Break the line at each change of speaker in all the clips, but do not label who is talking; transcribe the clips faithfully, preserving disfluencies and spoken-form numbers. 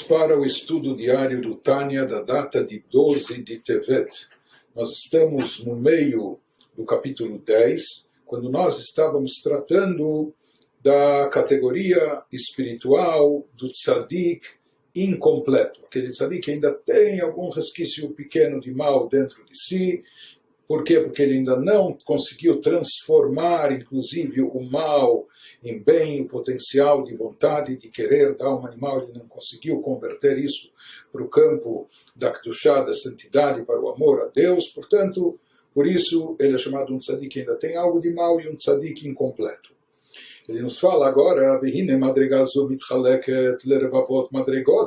para o estudo diário do Tânia da data de doze de Tevet. Nós estamos no meio do capítulo dez, quando nós estávamos tratando da categoria espiritual do tzadik incompleto. Aquele tzadik que ainda tem algum resquício pequeno de mal dentro de si. Por quê? Porque ele ainda não conseguiu transformar, inclusive, o mal em bem, o potencial de vontade, de querer da alma animal, ele não conseguiu converter isso para o campo da Kedushá, da santidade, para o amor a Deus. Portanto, por isso ele é chamado um tzadik que ainda tem algo de mal e um tzadik incompleto. Ele nos fala agora, Vehine madregazo mitchaleket lerevavot madregot,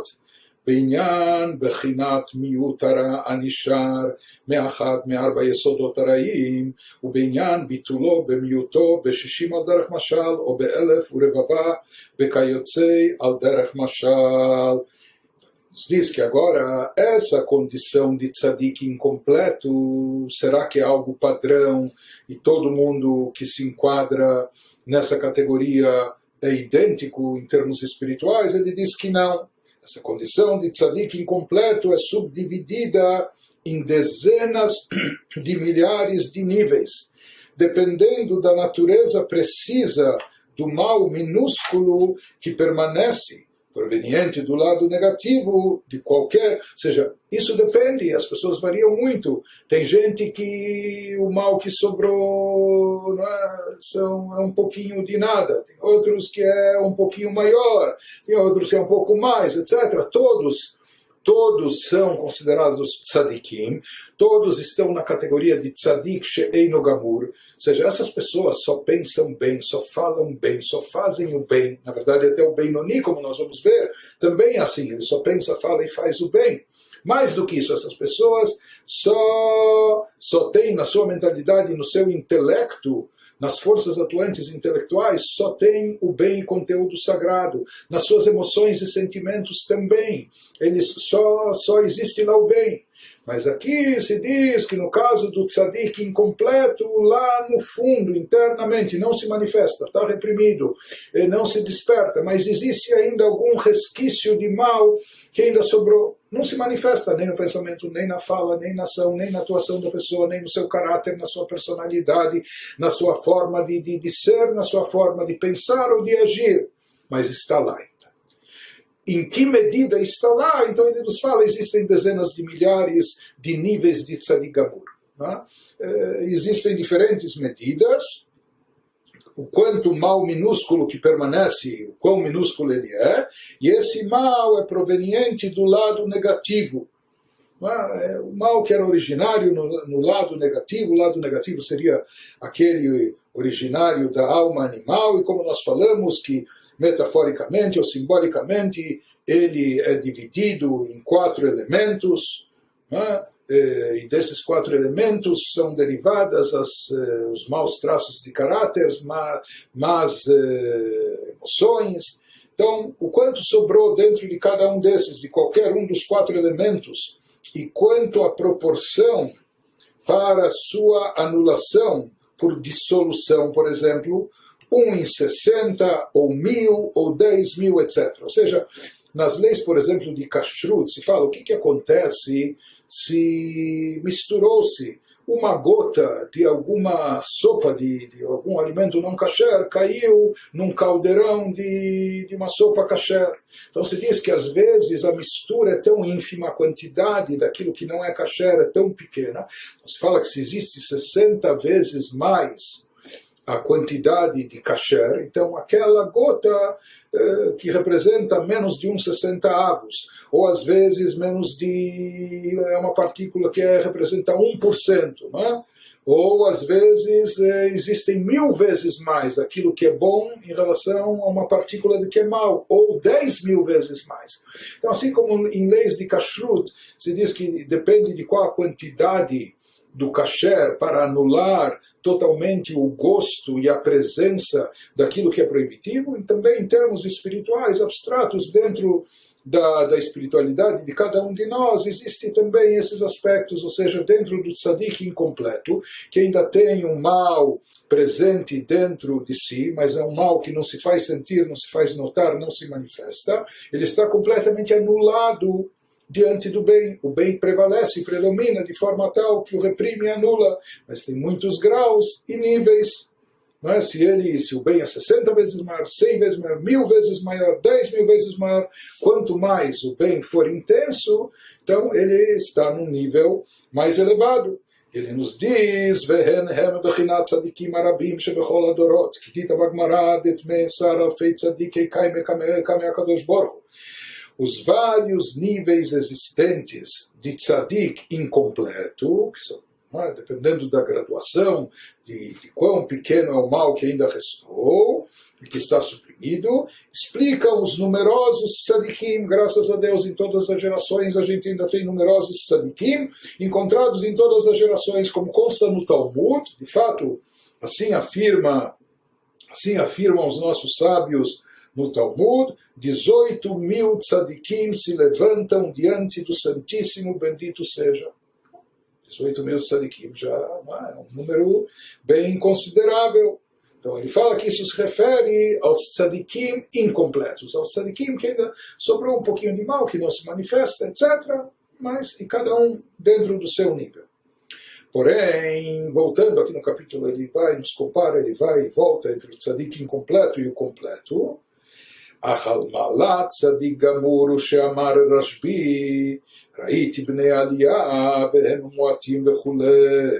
בעניין בחינת מיעוט הרע הנשאר מאחד מארבע יסודות הרעים, ובעניין ביטולו במיעוטו בשישים על דרך משל, או באלף ורבבה וכיוצא על דרך משל. Diz que agora essa condição de tzadik incompleto, será que é algo padrão e todo mundo que se enquadra nessa categoria é idêntico em termos espirituais? Ele diz que não. Essa condição de tzadik incompleto é subdividida em dezenas de milhares de níveis, dependendo da natureza precisa do mal minúsculo que permanece, proveniente do lado negativo de qualquer... Ou seja, isso depende, as pessoas variam muito. Tem gente que o mal que sobrou não é, são, é um pouquinho de nada. Tem outros que é um pouquinho maior. Tem outros que é um pouco mais, etcétera. Todos, todos são considerados tzadikim. Todos estão na categoria de tzadik she'eino gamur. Ou seja, essas pessoas só pensam bem, só falam bem, só fazem o bem. Na verdade, até o Benoni, como nós vamos ver, também é assim. Ele só pensa, fala e faz o bem. Mais do que isso, essas pessoas só, só têm na sua mentalidade, no seu intelecto, nas forças atuantes intelectuais, só tem o bem e conteúdo sagrado. Nas suas emoções e sentimentos também. Eles só, só existe lá o bem. Mas aqui se diz que no caso do tzadik incompleto, lá no fundo, internamente, não se manifesta, está reprimido, não se desperta, mas existe ainda algum resquício de mal que ainda sobrou. Não se manifesta nem no pensamento, nem na fala, nem na ação, nem na atuação da pessoa, nem no seu caráter, na sua personalidade, na sua forma de, de, de ser, na sua forma de pensar ou de agir, mas está lá. Em que medida está lá? Então ele nos fala, existem dezenas de milhares de níveis de tzadik gamur. Né? É, existem diferentes medidas, o quanto mal minúsculo que permanece, o quão minúsculo ele é, e esse mal é proveniente do lado negativo. É, o mal que era originário no, no lado negativo, o lado negativo seria aquele originário da alma animal, e como nós falamos que metaforicamente ou simbolicamente ele é dividido em quatro elementos, né? E desses quatro elementos são derivadas as, os maus traços de caráteres, más, más eh, emoções. Então, o quanto sobrou dentro de cada um desses, de qualquer um dos quatro elementos, e quanto a proporção para sua anulação por dissolução, por exemplo, um em sessenta, ou mil, ou dez mil, etcétera. Ou seja, nas leis, por exemplo, de kashrut, se fala o que, que acontece se misturou-se uma gota de alguma sopa, de, de algum alimento não kasher, caiu num caldeirão de, de uma sopa kasher. Então se diz que às vezes a mistura é tão ínfima, a quantidade daquilo que não é kasher é tão pequena. Então, se fala que se existe sessenta vezes mais a quantidade de kasher, então aquela gota eh, que representa menos de um sessenta avos, ou às vezes menos de é uma partícula que é, representa um por cento, não é? Ou às vezes eh, existem mil vezes mais aquilo que é bom em relação a uma partícula de que é mal, ou dez mil vezes mais. Então, assim como em leis de kashrut se diz que depende de qual a quantidade do kasher para anular totalmente o gosto e a presença daquilo que é proibitivo, e também em termos espirituais abstratos dentro da, da espiritualidade de cada um de nós, existem também esses aspectos, ou seja, dentro do tzadik incompleto, que ainda tem um mal presente dentro de si, mas é um mal que não se faz sentir, não se faz notar, não se manifesta, ele está completamente anulado diante do bem. O bem prevalece, predomina de forma tal que o reprime e anula, mas tem muitos graus e níveis. Não é? Se, ele, se o bem é sessenta vezes maior, cem vezes maior, mil vezes maior, dez mil vezes maior, quanto mais o bem for intenso, então ele está num nível mais elevado. Ele nos diz, Vehen hem bechinat tzadikim arabim shebechol adorot, kikita bagmara detme sar alfei tzadikei kaime kame akadosh baruch hu. Os vários níveis existentes de tzadik incompleto, que são, é, dependendo da graduação, de, de quão pequeno é o mal que ainda restou, e que está suprimido, explicam os numerosos tzadikim, graças a Deus, em todas as gerações, a gente ainda tem numerosos tzadikim, encontrados em todas as gerações, como consta no Talmud, de fato, assim afirma, assim afirmam os nossos sábios no Talmud, dezoito mil tzadikim se levantam diante do Santíssimo, bendito seja. dezoito mil tzadikim já é um número bem considerável. Então ele fala que isso se refere aos tzadikim incompletos, aos tzadikim que ainda sobrou um pouquinho de mal, que não se manifesta, etcétera. Mas e cada um dentro do seu nível. Porém, voltando aqui no capítulo, ele vai, nos compara, ele vai e volta entre o tzadik incompleto e o completo. Achal malat tzadik gamur she'amar Rashbi ראיתי בני עלייה והם מועטים וכולי.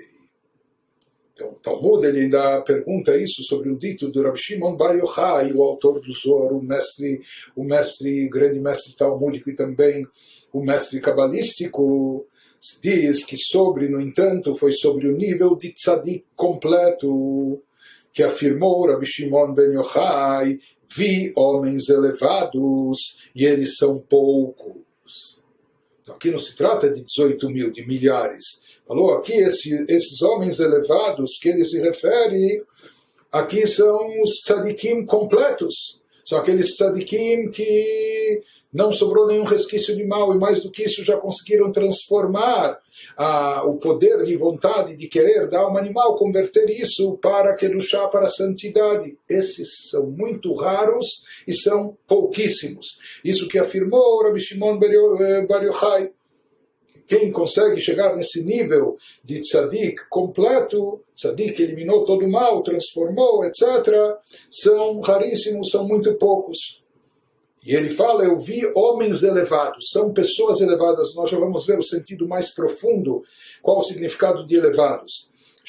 Então, o Talmud ele ainda pergunta isso sobre o dito do Rabi Shimon Bar Yochai, o autor do Zohar, o mestre, o mestre, grande mestre talmúdico e também o mestre cabalístico, diz que sobre, no entanto, foi sobre o nível de tzadik completo, que afirmou Rabi Shimon Ben Yochai, vi homens elevados e eles são poucos. Então, aqui não se trata de dezoito mil, de milhares. Falou aqui, esse, esses homens elevados que ele se refere, aqui são os tzadikim completos. São aqueles tzadikim que não sobrou nenhum resquício de mal, e mais do que isso, já conseguiram transformar ah, o poder de vontade, de querer da alma animal, converter isso para Kedushá, para a santidade. Esses são muito raros e são pouquíssimos. Isso que afirmou Rabi Shimon Bar Yochai. Quem consegue chegar nesse nível de tzadik completo, tzadik que eliminou todo o mal, transformou, etcétera, são raríssimos, são muito poucos. E ele fala, eu vi homens elevados, são pessoas elevadas. Nós já vamos ver o sentido mais profundo, qual o significado de elevados.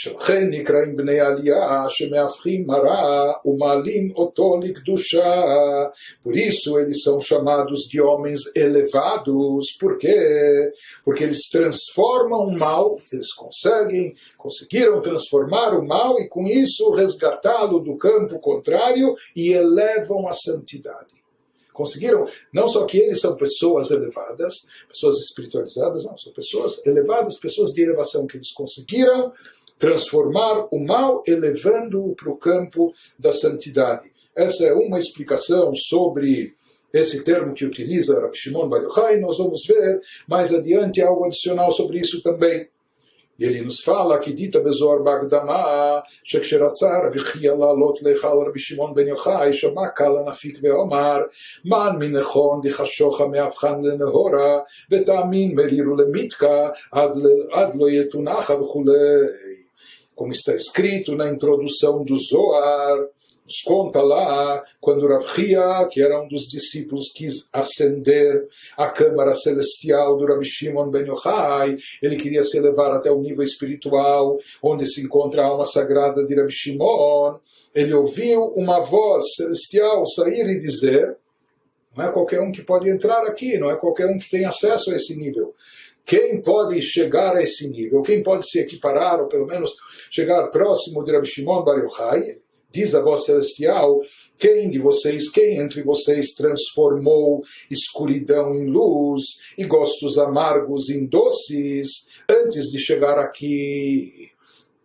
Por isso eles são chamados de homens elevados. Por quê? Porque eles transformam o mal, eles conseguem, conseguiram transformar o mal e com isso resgatá-lo do campo contrário e elevam a santidade. Conseguiram, não só que eles são pessoas elevadas, pessoas espiritualizadas, não, são pessoas elevadas, pessoas de elevação, que eles conseguiram transformar o mal, elevando-o para o campo da santidade. Essa é uma explicação sobre esse termo que utiliza Rabi Shimon Bar Yochai. Nós vamos ver mais adiante algo adicional sobre isso também. E ele nos fala que dita Bezoar Bagdama, Sheksheratzar, Rabi Chia Lalot Lechal Rabi Shimon Ben Yochai, Shama Kala Nafik Veomar, Man Minechon Dichashocha Meavchan Lenehora, Vetamin Meriru Lemitka, Ad Lo Yetunacha Vechulei. Como está escrito na introdução do Zohar, nos conta lá, quando Rabi Chia, que era um dos discípulos, quis ascender à câmara celestial do Rabi Shimon Ben Yochai, ele queria se elevar até o nível espiritual, onde se encontra a alma sagrada de Rabi Shimon. Ele ouviu uma voz celestial sair e dizer, não é qualquer um que pode entrar aqui, não é qualquer um que tem acesso a esse nível. Quem pode chegar a esse nível, quem pode se equiparar, ou pelo menos chegar próximo de Rabi Shimon Bar Yochai, diz a voz celestial, quem de vocês, quem entre vocês transformou escuridão em luz e gostos amargos em doces antes de chegar aqui?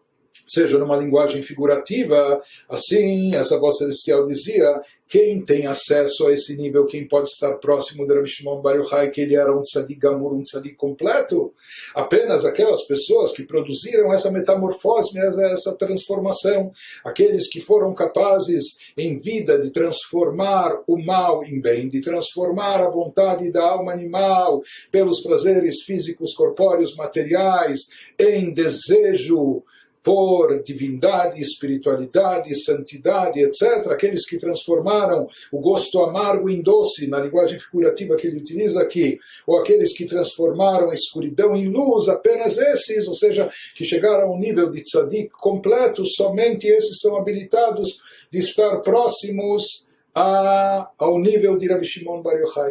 seja numa linguagem figurativa. Assim, essa voz celestial dizia, quem tem acesso a esse nível, quem pode estar próximo de Rabi Shimon Bar Yochai, que ele era um tzadik gamur, um tzadik completo? Apenas aquelas pessoas que produziram essa metamorfose, essa transformação, aqueles que foram capazes em vida de transformar o mal em bem, de transformar a vontade da alma animal pelos prazeres físicos, corpóreos, materiais, em desejo por divindade, espiritualidade, santidade, etcétera. Aqueles que transformaram o gosto amargo em doce, na linguagem figurativa que ele utiliza aqui, ou aqueles que transformaram a escuridão em luz, apenas esses, ou seja, que chegaram ao nível de tzadik completo, somente esses são habilitados de estar próximos a, ao nível de Rabi Shimon Bar Yochai.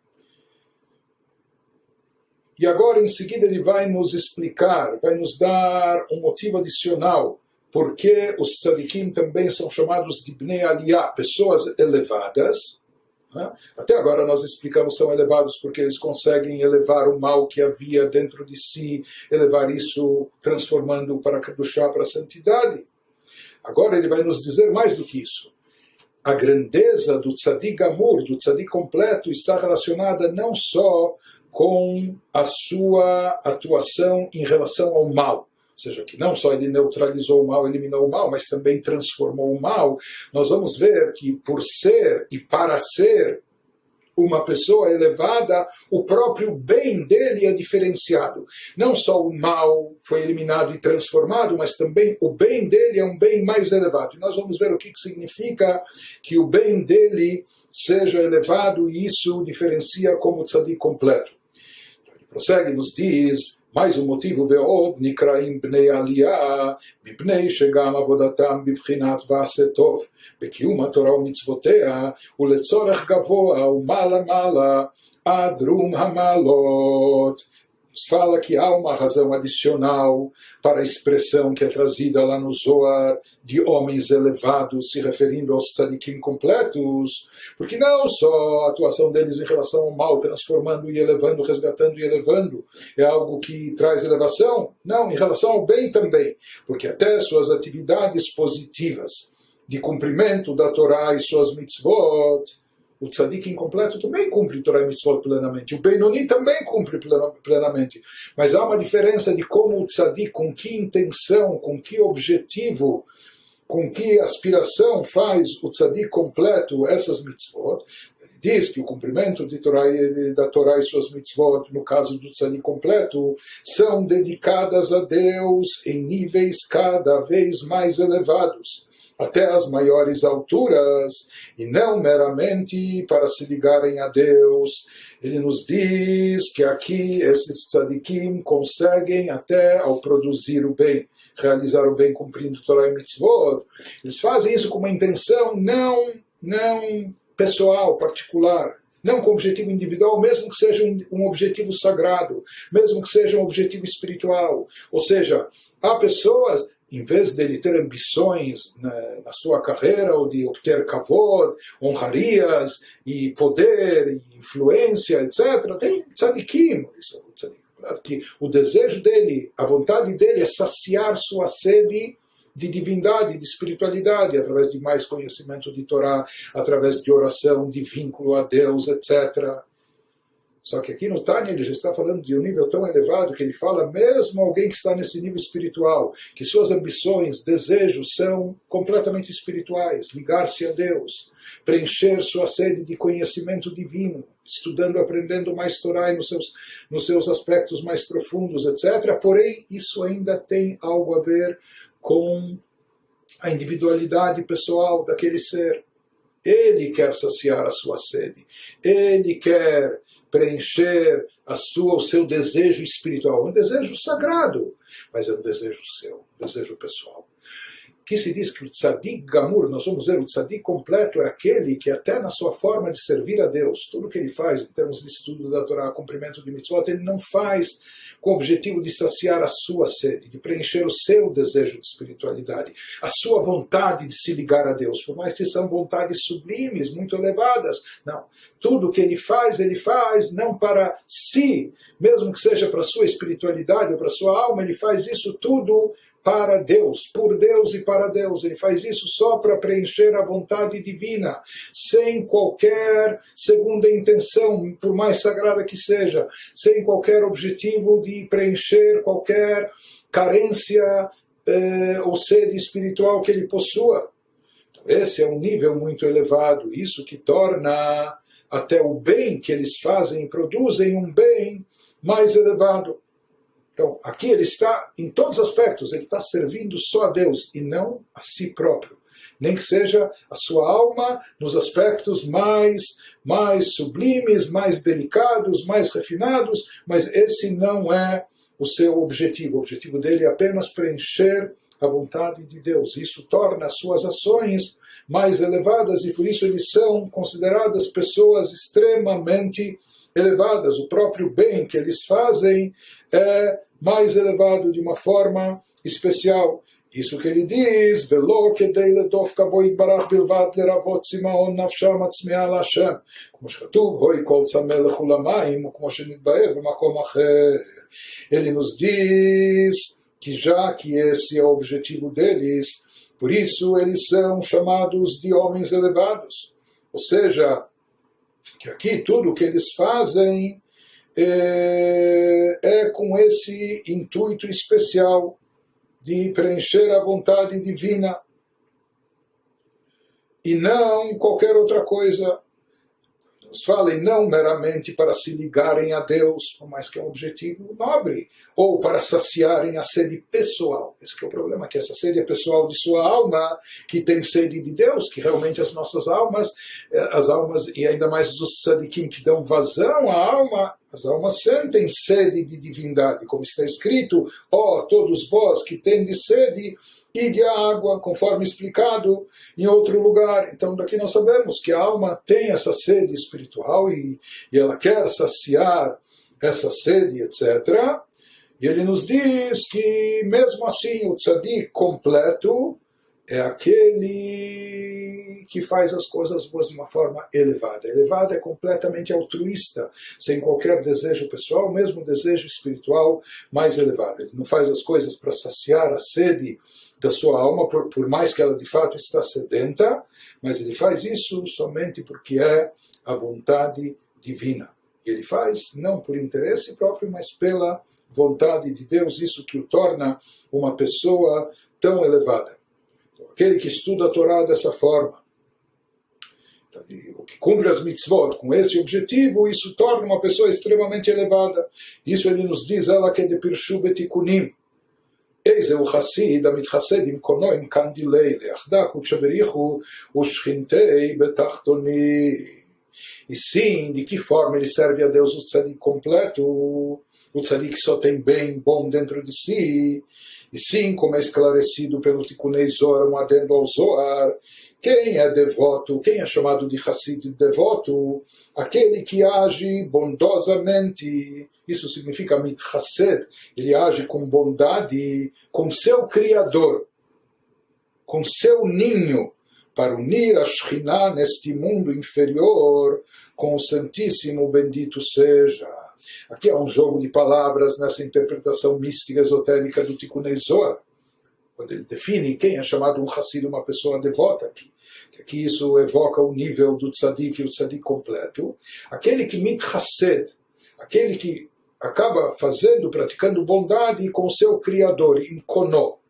E agora, em seguida, ele vai nos explicar, vai nos dar um motivo adicional, porque os tzadikim também são chamados de Bnei Aliyah, pessoas elevadas. Né? Até agora nós explicamos são elevados porque eles conseguem elevar o mal que havia dentro de si, elevar isso, transformando para Kedushá, para a santidade. Agora ele vai nos dizer mais do que isso. A grandeza do tzadik gamur, do tzadik completo, está relacionada não só com a sua atuação em relação ao mal. Ou seja, que não só ele neutralizou o mal, eliminou o mal, mas também transformou o mal. Nós vamos ver que por ser e para ser uma pessoa elevada, o próprio bem dele é diferenciado. Não só o mal foi eliminado e transformado, mas também o bem dele é um bem mais elevado. E nós vamos ver o que significa que o bem dele seja elevado, e isso diferencia como tzadik completo. Prossegue, nos diz, mais um motivo, ve'od nikraim bnei aliyah, mipnei shegam avodatam bibchinat va'aseh tov, bekium haTorah u'mitzvotea, uletzorech gavoa u'mala mala, adrum hamalot. Fala que há uma razão adicional para a expressão que é trazida lá no Zohar de homens elevados, se referindo aos tzadikim completos, porque não só a atuação deles em relação ao mal, transformando e elevando, resgatando e elevando, é algo que traz elevação, não, em relação ao bem também, porque até suas atividades positivas de cumprimento da Torá e suas mitzvot, o tzadik incompleto também cumpre Torá e Mitzvot plenamente. O Benoni também cumpre plenamente. Mas há uma diferença de como o tzadik, com que intenção, com que objetivo, com que aspiração faz o tzadik completo essas mitzvot. Ele diz que o cumprimento de Torá, da Torá e suas mitzvot, no caso do tzadik completo, são dedicadas a Deus em níveis cada vez mais elevados, até as maiores alturas, e não meramente para se ligarem a Deus. Ele nos diz que aqui esses tzadikim conseguem até ao produzir o bem, realizar o bem cumprindo Torá e Mitzvot. Eles fazem isso com uma intenção não, não pessoal, particular, não com objetivo individual, mesmo que seja um, um objetivo sagrado, mesmo que seja um objetivo espiritual. Ou seja, há pessoas, em vez de ele ter ambições na, na sua carreira, ou de obter kavod, honrarias, e poder, e influência, etcétera, tem tzadikim, isso, que o desejo dele, a vontade dele é saciar sua sede de divindade, de espiritualidade, através de mais conhecimento de Torá, através de oração, de vínculo a Deus, etcétera. Só que aqui no Tânia ele já está falando de um nível tão elevado que ele fala mesmo alguém que está nesse nível espiritual, que suas ambições, desejos são completamente espirituais, ligar-se a Deus, preencher sua sede de conhecimento divino, estudando, aprendendo mais Torá nos seus, nos seus aspectos mais profundos, etcétera. Porém, isso ainda tem algo a ver com a individualidade pessoal daquele ser. Ele quer saciar a sua sede, ele quer preencher a sua, o seu desejo espiritual, um desejo sagrado, mas é um desejo seu, um desejo pessoal. Que se diz que o tzadik gamur, nós vamos ver, o tzadik completo é aquele que até na sua forma de servir a Deus, tudo que ele faz em termos de estudo da Torá, cumprimento de mitzvot, ele não faz com o objetivo de saciar a sua sede, de preencher o seu desejo de espiritualidade, a sua vontade de se ligar a Deus, por mais que são vontades sublimes, muito elevadas. Não. Tudo que ele faz, ele faz não para si, mesmo que seja para a sua espiritualidade ou para a sua alma, ele faz isso tudo para Deus, por Deus e para Deus. Ele faz isso só para preencher a vontade divina, sem qualquer segunda intenção, por mais sagrada que seja, sem qualquer objetivo de preencher qualquer carência eh, ou sede espiritual que ele possua. Então, esse é um nível muito elevado, isso que torna até o bem que eles fazem e produzem um bem mais elevado. Então, aqui ele está, em todos os aspectos, ele está servindo só a Deus e não a si próprio. Nem que seja a sua alma nos aspectos mais, mais sublimes, mais delicados, mais refinados, mas esse não é o seu objetivo. O objetivo dele é apenas preencher a vontade de Deus. Isso torna as suas ações mais elevadas e por isso eles são consideradas pessoas extremamente elevadas. O próprio bem que eles fazem é mais elevado de uma forma especial. Isso que ele diz, Velo kedei ledofka bo yitbarach bilvad leravot simaon nafsham atzmiah laHashem. Como שכתוב, hoi kol tzameh lechu lamayim, וכמו שנתבאר במקום אחר. Ele nos diz que já que esse é o objetivo deles, por isso eles são chamados de homens elevados. Ou seja, que aqui tudo o que eles fazem é, é com esse intuito especial de preencher a vontade divina e não qualquer outra coisa. Nos falem não meramente para se ligarem a Deus, por mais que é um objetivo nobre, ou para saciarem a sede pessoal. Esse que é o problema, que essa sede é pessoal de sua alma, que tem sede de Deus, que realmente as nossas almas, as almas, e ainda mais os tzadikim que dão vazão à alma, as almas sentem sede de divindade, como está escrito, ó, oh, todos vós que tendes sede, e de água, conforme explicado em outro lugar. Então daqui nós sabemos que a alma tem essa sede espiritual e, e ela quer saciar essa sede, etcétera. E ele nos diz que mesmo assim o tzadik completo é aquele que faz as coisas boas de uma forma elevada. Elevada é completamente altruísta, sem qualquer desejo pessoal, mesmo desejo espiritual mais elevado. Ele não faz as coisas para saciar a sede da sua alma, por, por mais que ela de fato está sedenta, mas ele faz isso somente porque é a vontade divina. E ele faz não por interesse próprio, mas pela vontade de Deus, isso que o torna uma pessoa tão elevada. Então, aquele que estuda a Torá dessa forma, então, o que cumpre as mitzvot com esse objetivo, isso torna uma pessoa extremamente elevada. Isso ele nos diz, ela que é de Pirshu Betikunim. Eis é o Hassid, המתחסד עם קונו עם קנדילי, ליחדה קודשא בריחו ושכינתי בתחתוני. E sim, de que forma ele serve a Deus, o tzadik completo, o tzadik que só tem bem bom dentro de si. E sim, como é esclarecido pelo Tikunei Zohar, um adendo ao Zohar, quem é devoto, quem é chamado de Hassid devoto, aquele que age bondosamente. Isso significa mitchased, ele age com bondade com seu Criador, com seu ninho, para unir a Shekhinah neste mundo inferior com o Santíssimo, bendito seja. Aqui há um jogo de palavras nessa interpretação mística esotérica do Tikunei Zohar, quando ele define quem é chamado um Hassid, uma pessoa devota aqui. Aqui isso evoca o nível do tzadik, o tzadik completo. Aquele que mitchased, aquele que acaba fazendo, praticando bondade com seu Criador, em Kono.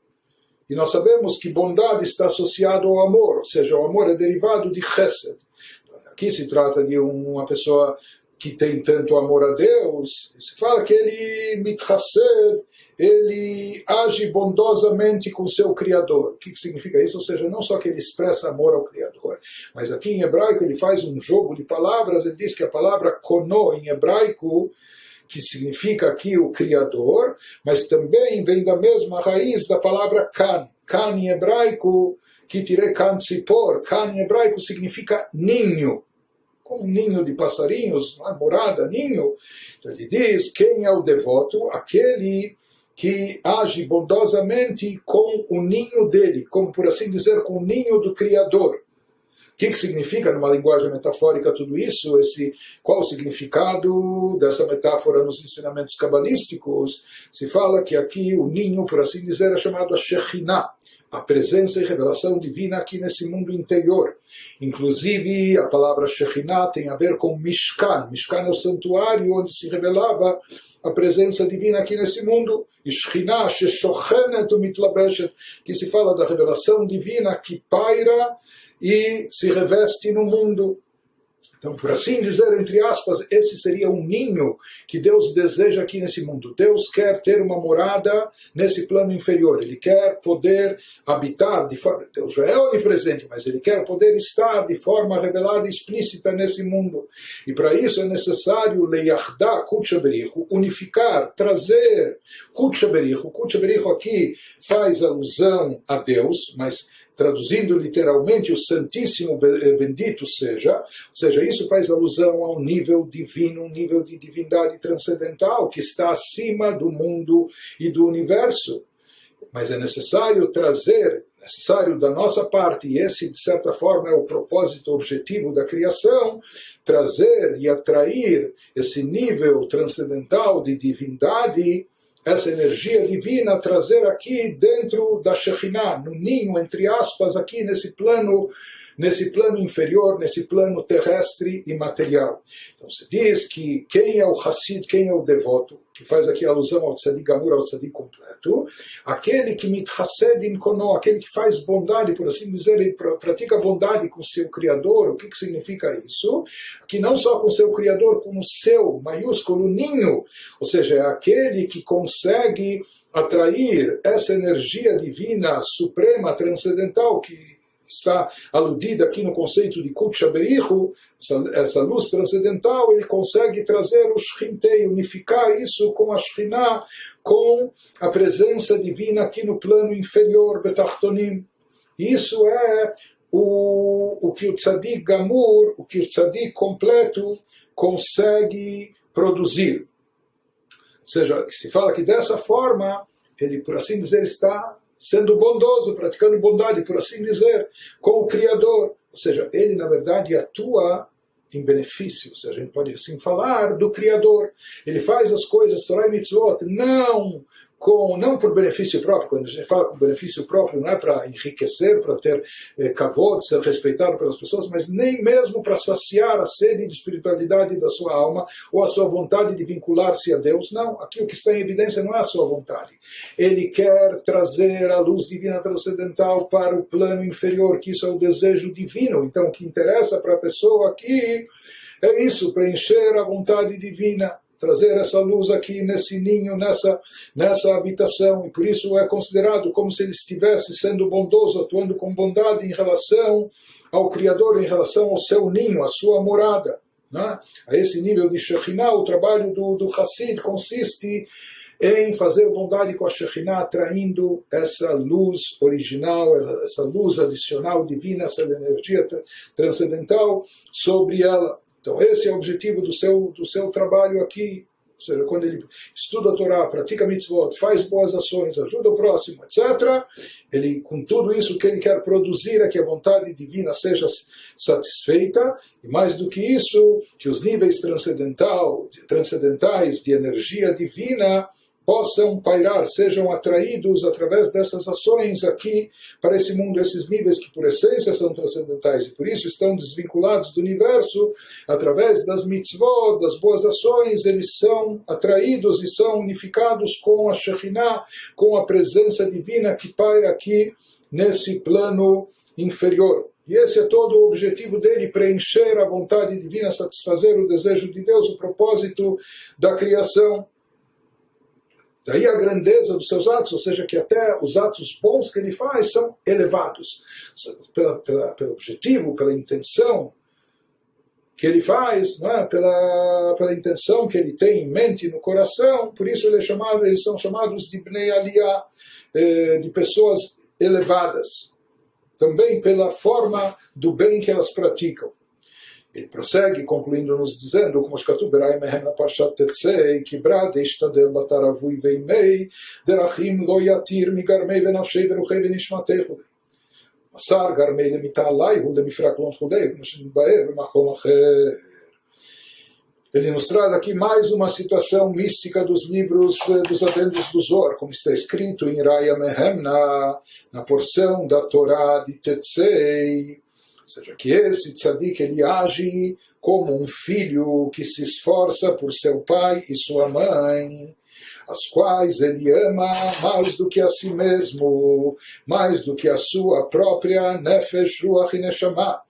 E nós sabemos que bondade está associado ao amor, ou seja, o amor é derivado de Chesed. Aqui se trata de uma pessoa que tem tanto amor a Deus, se fala que ele mitchased, ele age bondosamente com seu Criador. O que significa isso? Ou seja, não só que ele expressa amor ao Criador, mas aqui em hebraico ele faz um jogo de palavras, ele diz que a palavra kono em hebraico, que significa aqui o Criador, mas também vem da mesma raiz da palavra kan. Kan em hebraico, que tirei kan tzipor, kan em hebraico significa ninho, como um ninho de passarinhos, uma morada, ninho. Então ele diz, quem é o devoto? Aquele que age bondosamente com o ninho dele, como por assim dizer, com o ninho do Criador. que, que significa, numa linguagem metafórica, tudo isso? Esse, qual o significado dessa metáfora nos ensinamentos cabalísticos? Se fala que aqui o ninho, por assim dizer, é chamado a Shekhinah, a presença e revelação divina aqui nesse mundo interior. Inclusive, a palavra Shekhinah tem a ver com Mishkan. Mishkan é o santuário onde se revelava a presença divina aqui nesse mundo. Shekhinah, Sheshochenet umitlabeshet, que se fala da revelação divina que paira e se reveste no mundo. Então, por assim dizer, entre aspas, esse seria um ninho que Deus deseja aqui nesse mundo. Deus quer ter uma morada nesse plano inferior. Ele quer poder habitar de forma... Deus já é onipresente, mas Ele quer poder estar de forma revelada e explícita nesse mundo. E para isso é necessário leiachda Kutcha Berichu, unificar, trazer Kutcha Berichu. Kutcha Berichu aqui faz alusão a Deus, mas traduzindo literalmente, o Santíssimo Bendito seja, ou seja, isso faz alusão ao nível divino, um nível de divindade transcendental que está acima do mundo e do universo. Mas é necessário trazer, necessário da nossa parte, e esse, de certa forma, é o propósito objetivo da criação, trazer e atrair esse nível transcendental de divindade, essa energia divina, trazer aqui dentro da Shekhinah, no ninho, entre aspas, aqui nesse plano, nesse plano inferior, nesse plano terrestre e material. Então se diz que quem é o Hassid, quem é o devoto, que faz aqui alusão ao Tzadik Gamur, ao Tzadik completo, aquele que mitchased in kono, aquele que faz bondade, por assim dizer, ele pratica bondade com seu Criador. O que, que significa isso? Que não só com seu Criador, com o seu maiúsculo ninho, ou seja, é aquele que consegue atrair essa energia divina, suprema, transcendental, que está aludida aqui no conceito de Kutcha Berichu, essa, essa luz transcendental, ele consegue trazer o Shchintei, unificar isso com a Shekhinah, com a presença divina aqui no plano inferior, Betachtonim. Isso é o, o que o Tzadik Gamur, o que o Tzadik completo consegue produzir. Ou seja, se fala que dessa forma, ele, por assim dizer, está sendo bondoso, praticando bondade, por assim dizer, com o Criador. Ou seja, ele, na verdade, atua em benefício. Ou seja, a gente pode assim falar do Criador. Ele faz as coisas, Torah e Mitzvot, não, com, não por benefício próprio. Quando a gente fala com benefício próprio, não é para enriquecer, para ter eh, kavod, ser respeitado pelas pessoas, mas nem mesmo para saciar a sede de espiritualidade da sua alma ou a sua vontade de vincular-se a Deus. Não, aqui o que está em evidência não é a sua vontade. Ele quer trazer a luz divina transcendental para o plano inferior, que isso é o desejo divino. Então o que interessa para a pessoa aqui é isso, preencher a vontade divina, trazer essa luz aqui nesse ninho, nessa, nessa habitação, e por isso é considerado como se ele estivesse sendo bondoso, atuando com bondade em relação ao Criador, em relação ao seu ninho, à sua morada. Né? A esse nível de Shekhinah, o trabalho do, do Hassid consiste em fazer bondade com a Shekhinah, atraindo essa luz original, essa luz adicional divina, essa energia transcendental sobre ela. Então esse é o objetivo do seu, do seu trabalho aqui. Ou seja, quando ele estuda a Torá, pratica mitzvot, faz boas ações, ajuda o próximo, etcétera, ele, com tudo isso, o que ele quer produzir é que a vontade divina seja satisfeita, e mais do que isso, que os níveis transcendental, transcendentais de energia divina possam pairar, sejam atraídos através dessas ações aqui para esse mundo, esses níveis que por essência são transcendentais e por isso estão desvinculados do universo, através das mitzvot, das boas ações, eles são atraídos e são unificados com a Shekhinah, com a presença divina que paira aqui nesse plano inferior. E esse é todo o objetivo dele, preencher a vontade divina, satisfazer o desejo de Deus, o propósito da criação. Daí a grandeza dos seus atos, ou seja, que até os atos bons que ele faz são elevados. Pela, pela, pelo objetivo, pela intenção que ele faz, não é? pela, pela intenção que ele tem em mente e no coração, por isso ele é chamado, eles são chamados de Bnei Aliyah, eh, de pessoas elevadas. Também pela forma do bem que elas praticam. Ele prossegue, concluindo, nos dizendo, como Shkatu Berai Mehen na Parshat Tetzei, que Brade Ishtadel Bataravui Veimei, Derachim Lo Yatir Migarmei Venafshei Veruchei Venishmatei. Masar garmei lemitalai, hu lemifraklon chudei, baer, makom acher. Ele nos traz aqui mais uma situação mística dos livros, dos adendos do Zohar, como está escrito em Raya Mehem, na, na porção da Torá de Tetzei. Ou seja, que esse tzadik, ele age como um filho que se esforça por seu pai e sua mãe, as quais ele ama mais do que a si mesmo, mais do que a sua própria Nefesh, Ruach e Neshama.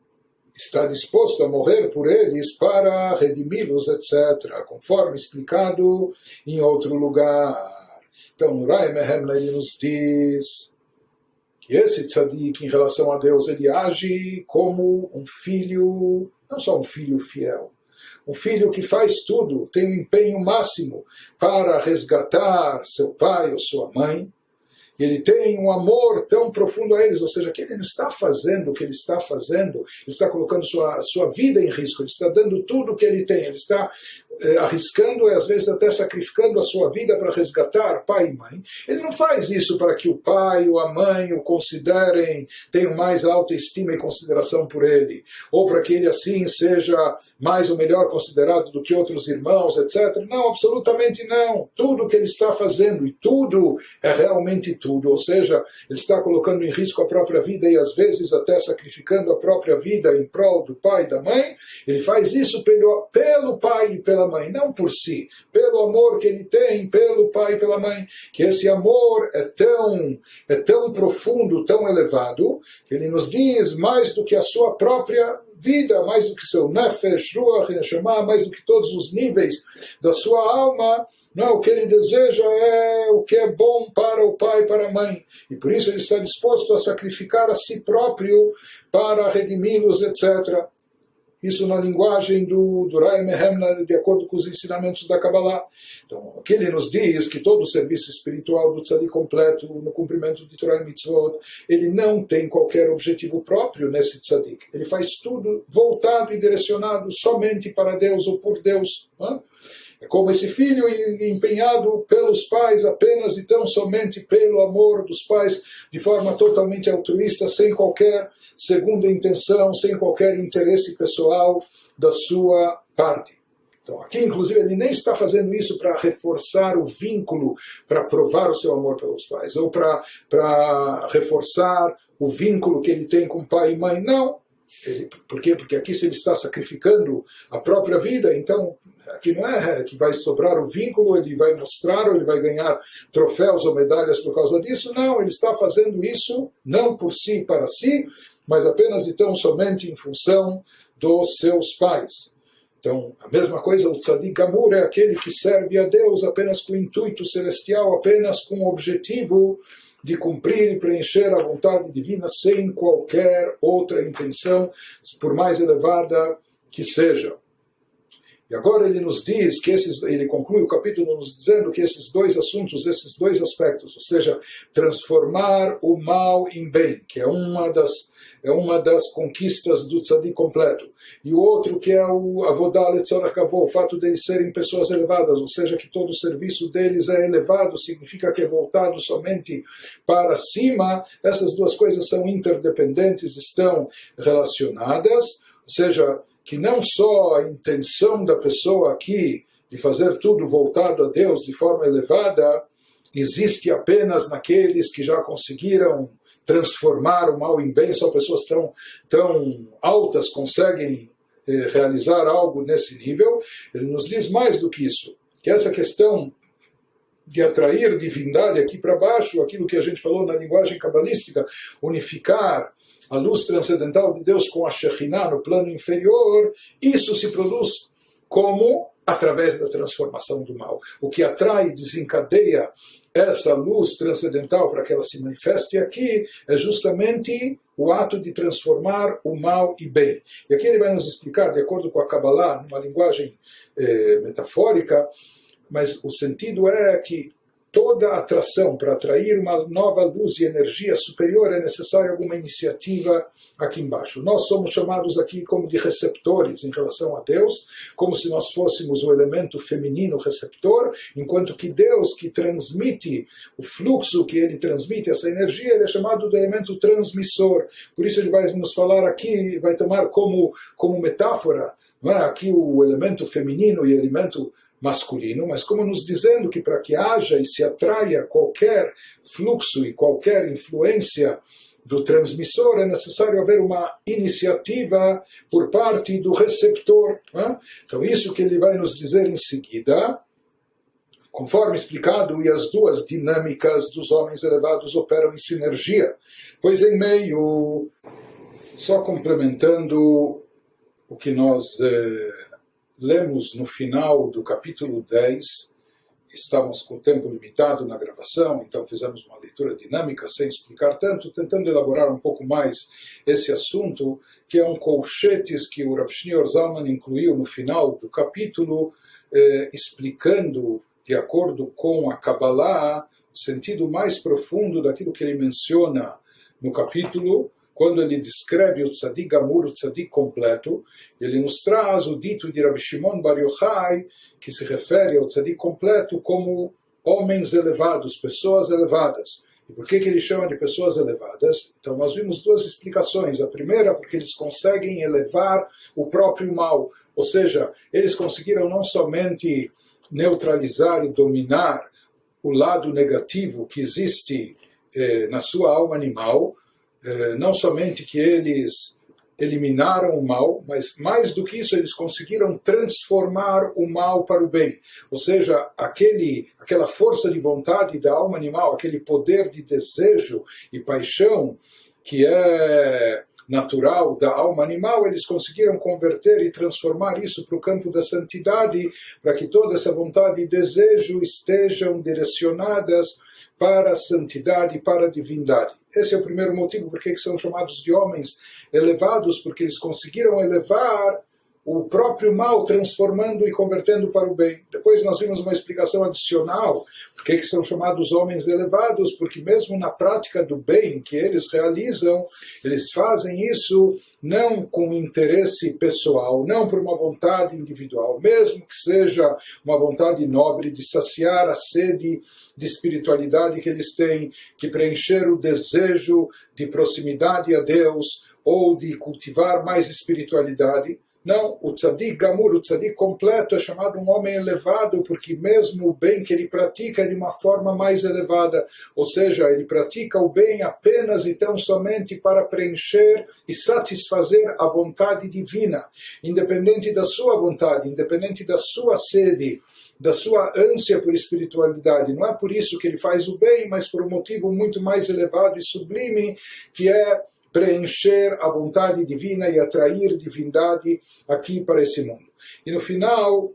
Está disposto a morrer por eles para redimi-los, etcétera, conforme explicado em outro lugar. Então, no Raya Mehem, ele nos diz que esse tzadik, em relação a Deus, ele age como um filho, não só um filho fiel, um filho que faz tudo, tem um empenho máximo para resgatar seu pai ou sua mãe. E ele tem um amor tão profundo a eles, ou seja, que ele não está fazendo o que ele está fazendo, ele está colocando sua, sua vida em risco, ele está dando tudo o que ele tem, ele está eh, arriscando e às vezes até sacrificando a sua vida para resgatar pai e mãe. Ele não faz isso para que o pai ou a mãe o considerem, tenham mais alta estima e consideração por ele, ou para que ele assim seja mais ou melhor considerado do que outros irmãos, etcétera. Não, absolutamente não. Tudo o que ele está fazendo, e tudo é realmente tudo, ou seja, ele está colocando em risco a própria vida e às vezes até sacrificando a própria vida em prol do pai e da mãe. Ele faz isso pelo, pelo pai e pela mãe, não por si, pelo amor que ele tem pelo pai e pela mãe, que esse amor é tão, é tão profundo, tão elevado, que ele nos diz mais do que a sua própria vida, mais do que seu nefesh, ruach, neshama, mais do que todos os níveis da sua alma. Não, o que ele deseja é o que é bom para o pai e para a mãe. E por isso ele está disposto a sacrificar a si próprio para redimi-los, etcétera. Isso na linguagem do, do Raya Mehem, de acordo com os ensinamentos da Kabbalah. Então, aqui ele nos diz que todo o serviço espiritual do tzadik completo, no cumprimento de Torah e Mitzvot, ele não tem qualquer objetivo próprio nesse tzadik. Ele faz tudo voltado e direcionado somente para Deus ou por Deus. Não? É como esse filho empenhado pelos pais apenas e tão somente pelo amor dos pais, de forma totalmente altruísta, sem qualquer segunda intenção, sem qualquer interesse pessoal da sua parte. Então, aqui, inclusive, ele nem está fazendo isso para reforçar o vínculo, para provar o seu amor pelos pais, ou para, para reforçar o vínculo que ele tem com pai e mãe. Não. Ele, por quê? Porque aqui se ele está sacrificando a própria vida, então aqui não é que vai sobrar o vínculo, ele vai mostrar ou ele vai ganhar troféus ou medalhas por causa disso. Não, ele está fazendo isso não por si, para si, mas apenas e tão somente em função dos seus pais. Então, a mesma coisa, o tzadik gamur é aquele que serve a Deus apenas com o intuito celestial, apenas com o objetivo de cumprir e preencher a vontade divina sem qualquer outra intenção, por mais elevada que seja. E agora ele nos diz que esses, ele conclui o capítulo nos dizendo que esses dois assuntos, esses dois aspectos, ou seja, transformar o mal em bem, que é uma das, é uma das conquistas do tzadik completo, e o outro que é o avodá letzorach kavod, o fato de eles serem pessoas elevadas, ou seja, que todo o serviço deles é elevado, significa que é voltado somente para cima. Essas duas coisas são interdependentes, estão relacionadas, ou seja, que não só a intenção da pessoa aqui de fazer tudo voltado a Deus de forma elevada existe apenas naqueles que já conseguiram transformar o mal em bem, só pessoas tão, tão altas conseguem eh, realizar algo nesse nível. Ele nos diz mais do que isso, que essa questão de atrair divindade aqui para baixo, aquilo que a gente falou na linguagem cabalística, unificar a luz transcendental de Deus com a Shekhinah no plano inferior, isso se produz como? Através da transformação do mal. O que atrai e desencadeia essa luz transcendental para que ela se manifeste aqui é justamente o ato de transformar o mal em bem. E aqui ele vai nos explicar, de acordo com a Kabbalah, numa linguagem eh, metafórica, mas o sentido é que toda atração, para atrair uma nova luz e energia superior, é necessária alguma iniciativa aqui embaixo. Nós somos chamados aqui como de receptores em relação a Deus, como se nós fôssemos o elemento feminino receptor, enquanto que Deus, que transmite o fluxo que ele transmite, essa energia, ele é chamado de elemento transmissor. Por isso ele vai nos falar aqui, vai tomar como, como metáfora, não é? Aqui o elemento feminino e o elemento masculino, mas como nos dizendo que para que haja e se atraia qualquer fluxo e qualquer influência do transmissor, é necessário haver uma iniciativa por parte do receptor. Né? Então isso que ele vai nos dizer em seguida, conforme explicado, e as duas dinâmicas dos homens elevados operam em sinergia, pois em meio, só complementando o que nós eh, lemos no final do capítulo dez, estávamos com o tempo limitado na gravação, então fizemos uma leitura dinâmica sem explicar tanto, tentando elaborar um pouco mais esse assunto, que é um colchetes que o Rav Shneur Zalman incluiu no final do capítulo, eh, explicando, de acordo com a Kabbalah, o sentido mais profundo daquilo que ele menciona no capítulo, quando ele descreve o Tzadik Gamur, o Tzadik completo, ele nos traz o dito de Rabbi Shimon Bar Yochai, que se refere ao Tzadik completo como homens elevados, pessoas elevadas. E por que, que ele chama de pessoas elevadas? Então nós vimos duas explicações. A primeira, porque eles conseguem elevar o próprio mal. Ou seja, eles conseguiram não somente neutralizar e dominar o lado negativo que existe eh, na sua alma animal, não somente que eles eliminaram o mal, mas mais do que isso, eles conseguiram transformar o mal para o bem. Ou seja, aquele, aquela força de vontade da alma animal, aquele poder de desejo e paixão que é natural da alma animal, eles conseguiram converter e transformar isso para o campo da santidade, para que toda essa vontade e desejo estejam direcionadas para a santidade e para a divindade. Esse é o primeiro motivo por que são chamados de homens elevados, porque eles conseguiram elevar o próprio mal, transformando e convertendo para o bem. Depois nós vimos uma explicação adicional, por que são chamados homens elevados, porque mesmo na prática do bem que eles realizam, eles fazem isso não com interesse pessoal, não por uma vontade individual, mesmo que seja uma vontade nobre de saciar a sede de espiritualidade que eles têm, que preencher o desejo de proximidade a Deus, ou de cultivar mais espiritualidade. Não, o Tzadik Gamur, o Tzadik completo, é chamado um homem elevado, porque mesmo o bem que ele pratica é de uma forma mais elevada. Ou seja, ele pratica o bem apenas e tão somente para preencher e satisfazer a vontade divina, independente da sua vontade, independente da sua sede, da sua ânsia por espiritualidade. Não é por isso que ele faz o bem, mas por um motivo muito mais elevado e sublime, que é preencher a vontade divina e atrair divindade aqui para esse mundo. E no final,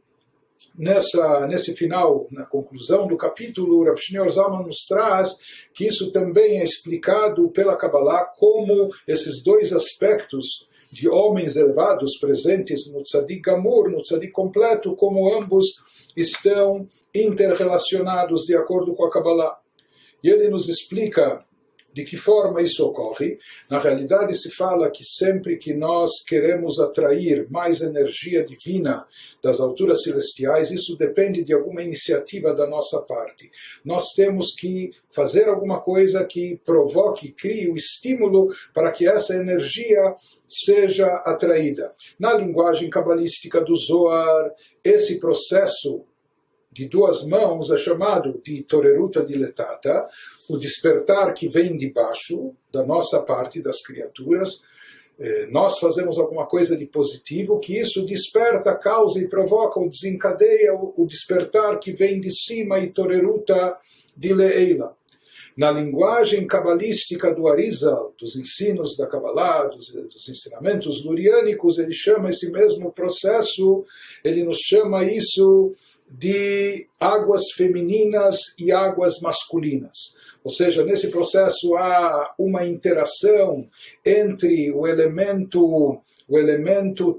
nessa, nesse final, na conclusão do capítulo, Rav Shneur Zalman nos traz que isso também é explicado pela Kabbalah como esses dois aspectos de homens elevados presentes no Tzadik Gamur, no Tzadik completo, como ambos estão interrelacionados de acordo com a Kabbalah. E ele nos explica de que forma isso ocorre. Na realidade, se fala que sempre que nós queremos atrair mais energia divina das alturas celestiais, isso depende de alguma iniciativa da nossa parte. Nós temos que fazer alguma coisa que provoque, crie o estímulo para que essa energia seja atraída. Na linguagem cabalística do Zohar, esse processo de duas mãos é chamado de Toreruta Diletata, o despertar que vem de baixo, da nossa parte, das criaturas. Eh, nós fazemos alguma coisa de positivo, que isso desperta, causa e provoca, ou desencadeia o, o despertar que vem de cima, e Toreruta Dileila. Na linguagem cabalística do Arizal, dos ensinos da Kabbalah, dos, dos ensinamentos luriânicos, ele chama esse mesmo processo, ele nos chama isso de águas femininas e águas masculinas. Ou seja, nesse processo há uma interação entre o elemento, o elemento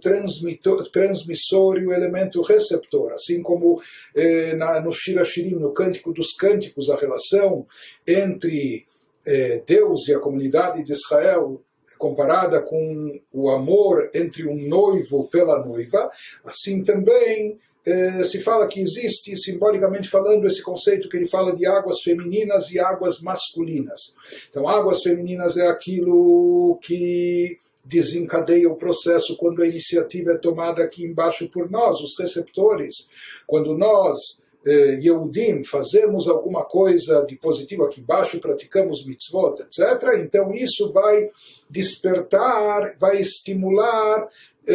transmissor e o elemento receptor. Assim como eh, na, no Shir Hashirim, no Cântico dos Cânticos, a relação entre eh, Deus e a comunidade de Israel, comparada com o amor entre um noivo pela noiva, assim também eh, se fala que existe, simbolicamente falando, esse conceito que ele fala de águas femininas e águas masculinas. Então, águas femininas é aquilo que desencadeia o processo quando a iniciativa é tomada aqui embaixo por nós, os receptores. Quando nós, eh, Yehudim, fazemos alguma coisa de positivo aqui embaixo, praticamos mitzvot, etcétera, então isso vai despertar, vai estimular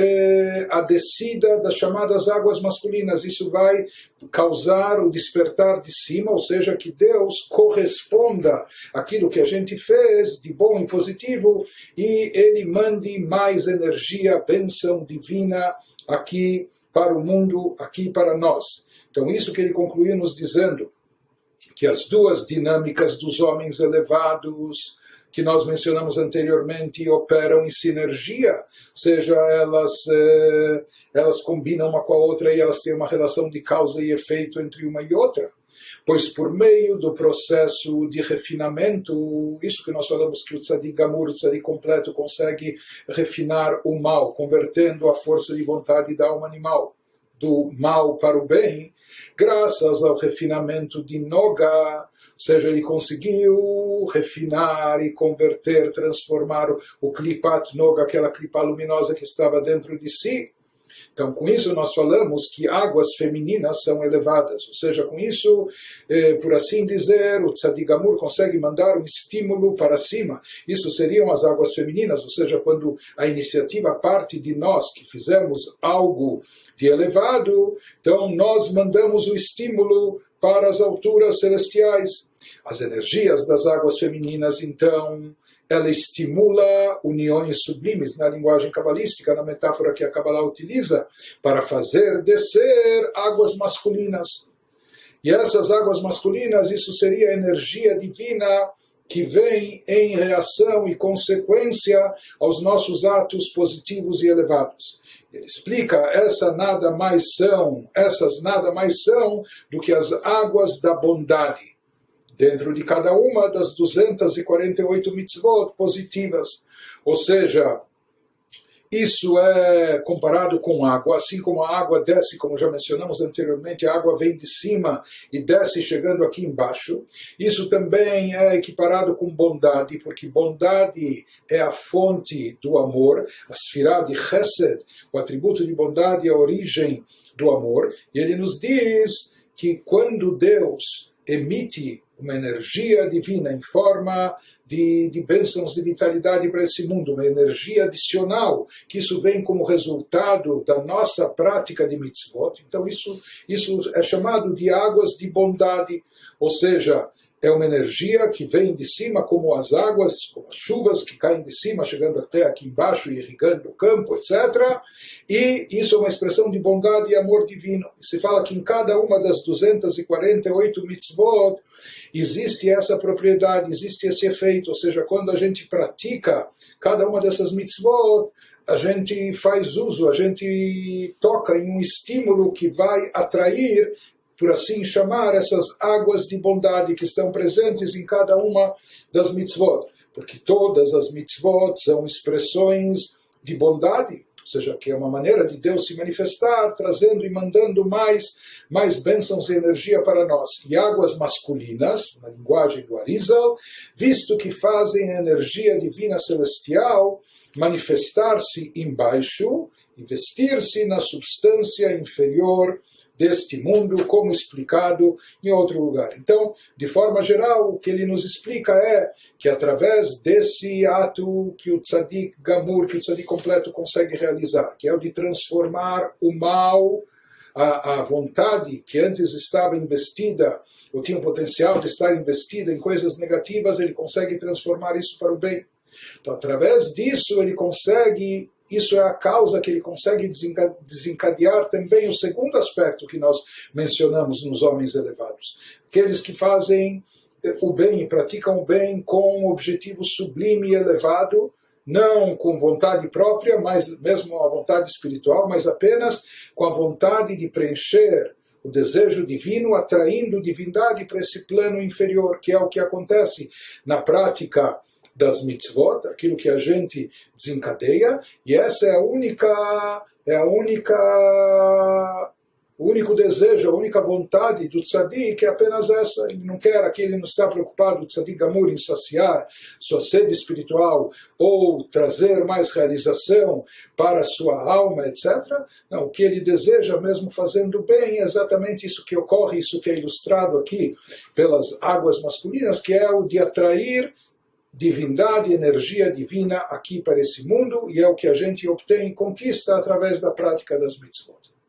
eh, a descida das chamadas águas masculinas. Isso vai causar o despertar de cima, ou seja, que Deus corresponda àquilo que a gente fez de bom e positivo e Ele mande mais energia, bênção divina aqui para o mundo, aqui para nós. Então, isso que ele concluiu nos dizendo, que as duas dinâmicas dos homens elevados, que nós mencionamos anteriormente, operam em sinergia, ou seja, elas, eh, elas combinam uma com a outra e elas têm uma relação de causa e efeito entre uma e outra. Pois por meio do processo de refinamento, isso que nós falamos que o Tzadik Gamur, o Tzadik completo, consegue refinar o mal, convertendo a força de vontade da alma animal do mal para o bem, graças ao refinamento de Noga, ou seja, ele conseguiu refinar e converter, transformar o, o Klipat Noga, aquela clipa luminosa que estava dentro de si. Então, com isso nós falamos que águas femininas são elevadas, ou seja, com isso, eh, por assim dizer, o Tzadik Gamur consegue mandar um estímulo para cima. Isso seriam as águas femininas, ou seja, quando a iniciativa parte de nós, que fizemos algo de elevado, então nós mandamos o estímulo para as alturas celestiais. As energias das águas femininas, então, ela estimula uniões sublimes na linguagem cabalística, na metáfora que a Kabbalah utiliza, para fazer descer águas masculinas. E essas águas masculinas, isso seria a energia divina que vem em reação e consequência aos nossos atos positivos e elevados. Ele explica, essa nada mais são, essas nada mais são do que as águas da bondade, dentro de cada uma das duzentas e quarenta e oito mitzvot positivas. Ou seja, isso é comparado com água, assim como a água desce, como já mencionamos anteriormente, a água vem de cima e desce chegando aqui embaixo. Isso também é equiparado com bondade, porque bondade é a fonte do amor, a sfirá de Chesed, o atributo de bondade é a origem do amor. E ele nos diz que quando Deus emite uma energia divina em forma de, de bênçãos de vitalidade para esse mundo, uma energia adicional, que isso vem como resultado da nossa prática de mitzvot. Então isso, isso é chamado de águas de bondade, ou seja, é uma energia que vem de cima como as águas, como as chuvas que caem de cima, chegando até aqui embaixo e irrigando o campo, etcétera. E isso é uma expressão de bondade e amor divino. Se fala que em cada uma das duzentas e quarenta e oito mitzvot existe essa propriedade, existe esse efeito. Ou seja, quando a gente pratica cada uma dessas mitzvot, a gente faz uso, a gente toca em um estímulo que vai atrair, por assim chamar, essas águas de bondade que estão presentes em cada uma das mitzvot. Porque todas as mitzvot são expressões de bondade, ou seja, que é uma maneira de Deus se manifestar, trazendo e mandando mais, mais bênçãos e energia para nós. E águas masculinas, na linguagem do Arizal, visto que fazem a energia divina celestial manifestar-se embaixo e vestir-se na substância inferior deste mundo, como explicado em outro lugar. Então, de forma geral, o que ele nos explica é que através desse ato que o Tzadik Gamur, que o Tzadik completo consegue realizar, que é o de transformar o mal, a, a vontade que antes estava investida, ou tinha o potencial de estar investida em coisas negativas, ele consegue transformar isso para o bem. Então, através disso, ele consegue isso é a causa que ele consegue desencadear também o segundo aspecto que nós mencionamos nos homens elevados. Aqueles que fazem o bem e praticam o bem com um objetivo sublime e elevado, não com vontade própria, mas mesmo a vontade espiritual, mas apenas com a vontade de preencher o desejo divino, atraindo divindade para esse plano inferior, que é o que acontece na prática das mitzvot, aquilo que a gente desencadeia, e essa é a única, é a única, o único desejo, a única vontade do tzadik, é apenas essa. Ele não quer aqui, ele não está preocupado, o tzadik gamur, em saciar sua sede espiritual ou trazer mais realização para a sua alma, etcétera. Não, o que ele deseja, mesmo fazendo bem, é exatamente isso que ocorre, isso que é ilustrado aqui pelas águas masculinas, que é o de atrair divindade, energia divina aqui para esse mundo, e é o que a gente obtém e conquista através da prática das mitzvot.